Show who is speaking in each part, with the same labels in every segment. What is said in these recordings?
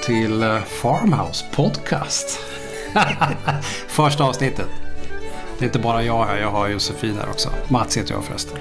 Speaker 1: till Farmhouse Podcast. Första avsnittet. Det är inte bara jag här, jag har Josefin här också. Mats heter jag förresten.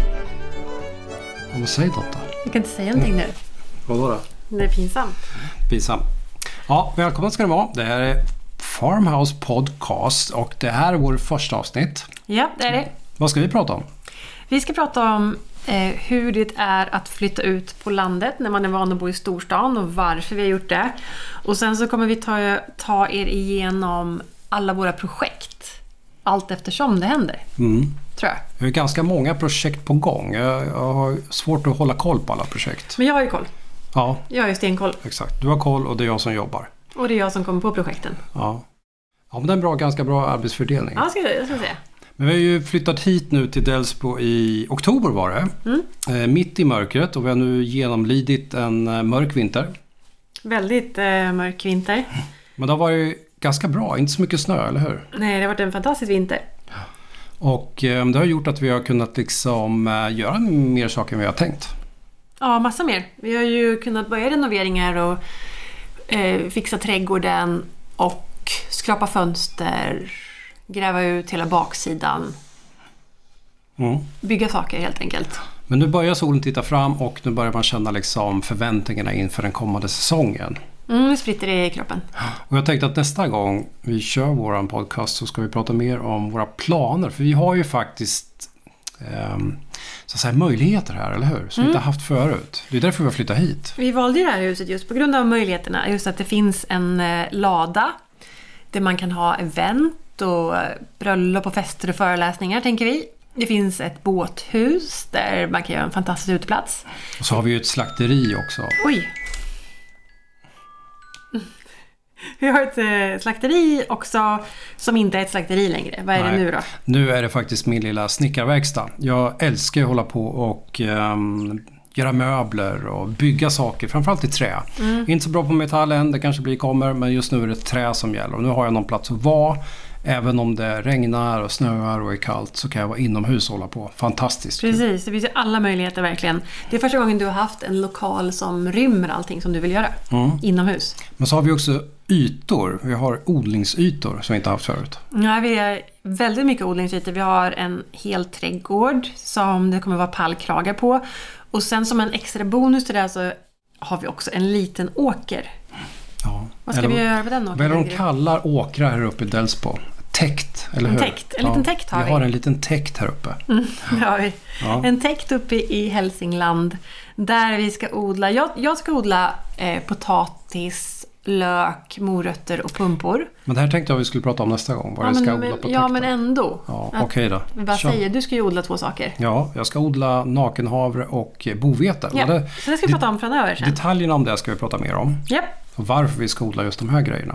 Speaker 1: Vad säger Dotta?
Speaker 2: Jag kan inte säga någonting nu.
Speaker 1: Vadå då?
Speaker 2: Det är pinsamt.
Speaker 1: Pinsamt. Ja, välkomna ska ni vara. Det här är Farmhouse Podcast och det här är vår första avsnitt.
Speaker 2: Ja, det är det.
Speaker 1: Vad ska vi prata om?
Speaker 2: Vi ska prata om hur det är att flytta ut på landet när man är van att bo i storstan och varför vi har gjort det. Och sen så kommer vi ta er igenom alla våra projekt. Allt eftersom det händer. Tror jag.
Speaker 1: Det är ganska många projekt på gång. Jag har svårt att hålla koll på alla projekt.
Speaker 2: Men jag har ju koll.
Speaker 1: Ja.
Speaker 2: Jag har ju stenkoll.
Speaker 1: Exakt. Du har koll och det är jag som jobbar.
Speaker 2: Och det är jag som kommer på projekten.
Speaker 1: Ja. Ja, men det är en ganska bra arbetsfördelning.
Speaker 2: Ja, jag ska säga.
Speaker 1: Men vi har ju flyttat hit nu till Delsbo i oktober var det. Mitt i mörkret och vi har nu genomlidit en mörk vinter.
Speaker 2: Väldigt mörk vinter.
Speaker 1: Men det har varit ganska bra, inte så mycket snö, eller hur?
Speaker 2: Nej, det har varit en fantastisk vinter.
Speaker 1: Och det har gjort att vi har kunnat liksom göra mer saker än vi har tänkt.
Speaker 2: Ja, massa mer. Vi har ju kunnat börja renoveringar och fixa trädgården och skrapa fönster, gräva ut hela baksidan. Bygga saker helt enkelt.
Speaker 1: Men nu börjar solen titta fram och nu börjar man känna liksom förväntningarna inför den kommande säsongen.
Speaker 2: Nu spritter det i kroppen.
Speaker 1: Och jag tänkte att nästa gång vi kör våran podcast så ska vi prata mer om våra planer. För vi har ju faktiskt så att säga, möjligheter här, eller hur? Som vi inte har haft förut. Det är därför vi har flyttat hit.
Speaker 2: Vi valde det här huset just på grund av möjligheterna. Just att det finns en lada där man kan ha event och bröllop och fester och föreläsningar, tänker vi. Det finns ett båthus där man kan göra en fantastisk uteplats.
Speaker 1: Och så har vi ju ett slakteri också.
Speaker 2: Oj! Vi har ett slakteri också som inte är ett slakteri längre. Vad är det nu då? Nu
Speaker 1: är det faktiskt min lilla snickarverkstad. Jag älskar att hålla på och göra möbler och bygga saker, framförallt i trä. Inte så bra på metallen, det kanske kommer, men just nu är det trä som gäller. Och nu har jag någon plats att vara. Även om det regnar och snöar och är kallt så kan jag vara inomhus och hålla på. Fantastiskt.
Speaker 2: Precis, det finns ju alla möjligheter verkligen. Det är första gången du har haft en lokal som rymmer allting som du vill göra inomhus.
Speaker 1: Men så har vi också ytor. Vi har odlingsytor som vi inte haft förut.
Speaker 2: Ja, vi har väldigt mycket odlingsytor. Vi har en hel trädgård som det kommer vara pallkragar på. Och sen som en extra bonus till det så har vi också en liten åker.
Speaker 1: Ja.
Speaker 2: Vad ska vi göra på den åkern?
Speaker 1: Vad är det de kallar åkrar här uppe i Delsbo? Täckt, eller hur?
Speaker 2: En liten täckt har vi.
Speaker 1: Vi har en liten täckt här uppe.
Speaker 2: Ja. En täckt uppe i Hälsingland där vi ska odla. Jag ska odla potatis, lök, morötter och pumpor.
Speaker 1: Men det här tänkte jag vi skulle prata om nästa gång. Vad jag ska odla på täckten.
Speaker 2: Ja, men ändå.
Speaker 1: Ja, okej då.
Speaker 2: Vad säger du? Ska ju odla 2 saker.
Speaker 1: Ja, jag ska odla nakenhavre och bovete.
Speaker 2: Ja, så det ska vi prata om framöver sen.
Speaker 1: Detaljerna om det ska vi prata mer om.
Speaker 2: Yep.
Speaker 1: Och varför vi ska odla just de här grejerna.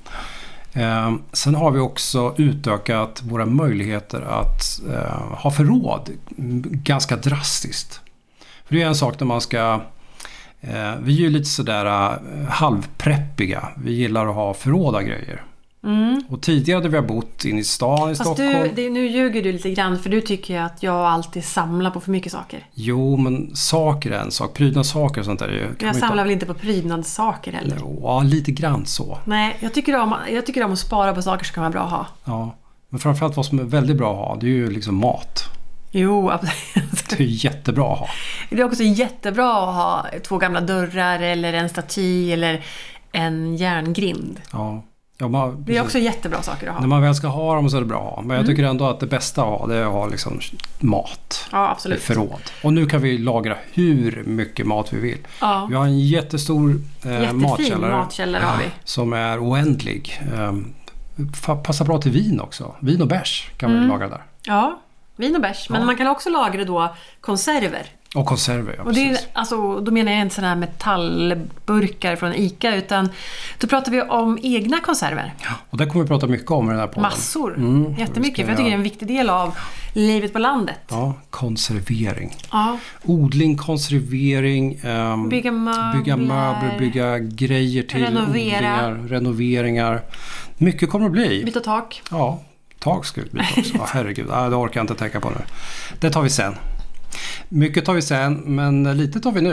Speaker 1: Sen har vi också utökat våra möjligheter att ha förråd ganska drastiskt. För det är en sak där man ska... vi är ju lite sådär halvpreppiga. Vi gillar att ha förråd av grejer. Och tidigare hade vi bott in i stan i Stockholm.
Speaker 2: Nu ljuger du lite grann för du tycker att jag alltid samlar på för mycket saker.
Speaker 1: Jo, men saker är en sak. Prydnadssaker och sånt där.
Speaker 2: Jag samlar väl inte på prydnadssaker heller?
Speaker 1: Ja, lite grann så.
Speaker 2: Nej, jag tycker om att spara på saker som kan vara bra att ha.
Speaker 1: Ja, men framförallt vad som är väldigt bra att ha, det är ju liksom mat.
Speaker 2: Jo, absolut.
Speaker 1: Det är jättebra att ha.
Speaker 2: Det är också jättebra att ha 2 gamla dörrar eller en staty eller en järngrind.
Speaker 1: Ja,
Speaker 2: det är också jättebra saker att ha.
Speaker 1: När man väl ska ha dem så är det bra att ha. Men jag tycker ändå att det bästa att ha det är att ha liksom mat.
Speaker 2: Ja, absolut.
Speaker 1: Förråd. Och nu kan vi lagra hur mycket mat vi vill.
Speaker 2: Ja.
Speaker 1: Vi har en jättestor
Speaker 2: matkällare har vi.
Speaker 1: Som är oändlig. Passar bra till vin också. Vin och bärs kan vi lagra där.
Speaker 2: Ja, vin och bärs. Men man kan också lagra då konserver.
Speaker 1: Och konserver, ja,
Speaker 2: och det är, alltså, då menar jag inte sådana här metallburkar från Ica utan då pratar vi om egna konserver.
Speaker 1: Ja, och det kommer vi prata mycket om i den här podden.
Speaker 2: Massor, jättemycket. För jag tycker det är en viktig del av livet på landet.
Speaker 1: Ja, konservering.
Speaker 2: Ja.
Speaker 1: Odling, konservering, bygga möbler, bygga grejer till odlingar, renoveringar. Mycket kommer det bli.
Speaker 2: Byta tak.
Speaker 1: Ja, tak ska vi byta också. Herregud, det orkar jag inte tänka på nu. Det tar vi sen. Mycket tar vi sen, men lite tar vi nu.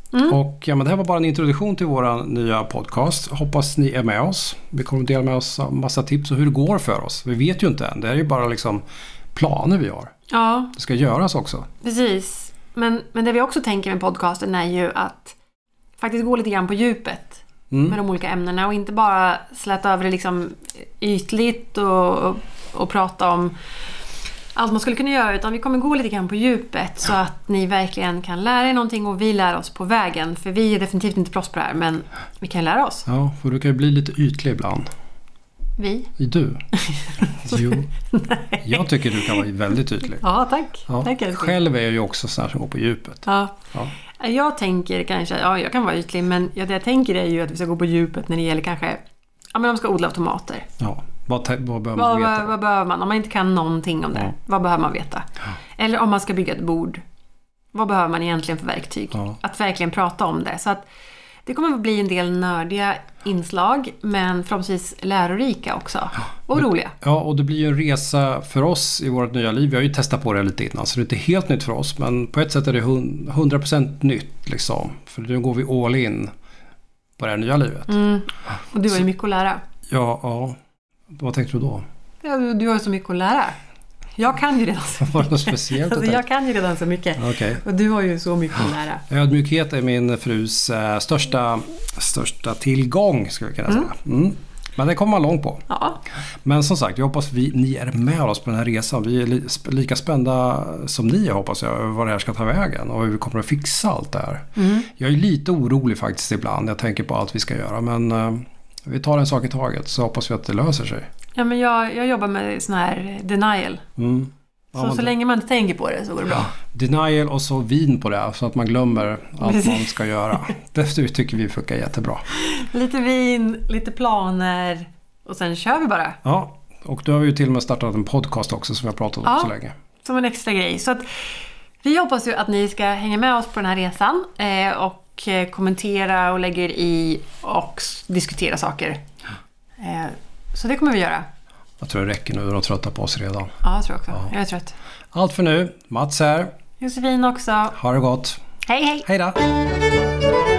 Speaker 1: Och ja, men det här var bara en introduktion till vår nya podcast. Hoppas ni är med oss. Vi kommer att dela med oss av massa tips och hur det går för oss. Vi vet ju inte än. Det är ju bara liksom planer vi har.
Speaker 2: Ja.
Speaker 1: Det ska göras också.
Speaker 2: Precis. Men det vi också tänker med podcasten är ju att faktiskt gå lite grann på djupet med de olika ämnena och inte bara släta över det liksom ytligt och prata om allt man skulle kunna göra, utan vi kommer gå lite grann på djupet så att ni verkligen kan lära er någonting och vi lär oss på vägen. För vi är definitivt inte proffs på det här, men vi kan lära oss.
Speaker 1: Ja, för du kan ju bli lite ytlig ibland.
Speaker 2: Vi?
Speaker 1: Du? Jo. Jag tycker du kan vara väldigt ytlig.
Speaker 2: Ja, tack.
Speaker 1: Ja.
Speaker 2: Tack.
Speaker 1: Själv är jag ju också sån här som går på djupet.
Speaker 2: Ja. Jag tänker kanske, jag kan vara ytlig, men det jag tänker är ju att vi ska gå på djupet när det gäller kanske, men de ska odla tomater.
Speaker 1: Ja. Vad behöver man veta?
Speaker 2: Vad behöver man? Om man inte kan någonting om det, vad behöver man veta? Ja. Eller om man ska bygga ett bord, vad behöver man egentligen för verktyg? Ja. Att verkligen prata om det. Så att det kommer att bli en del nördiga inslag, men förhoppningsvis lärorika också. Och roliga. Ja,
Speaker 1: och det blir ju en resa för oss i vårt nya liv. Vi har ju testat på det lite innan, så det är inte helt nytt för oss. Men på ett sätt är det 100% nytt liksom. För nu går vi all in på det här nya livet.
Speaker 2: Och du har ju mycket att lära.
Speaker 1: Ja. Vad tänkte du då?
Speaker 2: Ja, du har ju så mycket att lära. Jag kan ju redan så mycket.
Speaker 1: Var det något speciellt?
Speaker 2: Alltså, jag kan ju redan så mycket.
Speaker 1: Okay.
Speaker 2: Och du har ju så mycket att lära.
Speaker 1: Ödmjukhet är min frus största tillgång, ska vi kunna säga. Men det kommer man långt på.
Speaker 2: Ja.
Speaker 1: Men som sagt, jag hoppas ni är med oss på den här resan. Vi är lika spända som ni är, hoppas jag, över vad det här ska ta vägen och hur vi kommer att fixa allt det här. Jag är lite orolig faktiskt ibland. Jag tänker på allt vi ska göra, men vi tar en sak i taget, så hoppas vi att det löser sig.
Speaker 2: Ja, men jag jobbar med sån här denial. Så länge man inte tänker på det så går det bra.
Speaker 1: Denial och så vin på det, så att man glömmer allt man ska göra. Det tycker vi funkar jättebra.
Speaker 2: Lite vin, lite planer och sen kör vi bara.
Speaker 1: Ja, och då har vi ju till och med startat en podcast också som vi har pratat om så länge.
Speaker 2: Som en extra grej. Så att vi hoppas ju att ni ska hänga med oss på den här resan och kommentera och lägga er i och diskutera saker. Så det kommer vi göra.
Speaker 1: Jag tror det räcker nu, de är trötta på oss redan.
Speaker 2: Ja, jag tror också. Ja. Jag är trött.
Speaker 1: Allt för nu. Mats här.
Speaker 2: Josefin också.
Speaker 1: Ha det gott.
Speaker 2: Hej, hej.
Speaker 1: Hej då.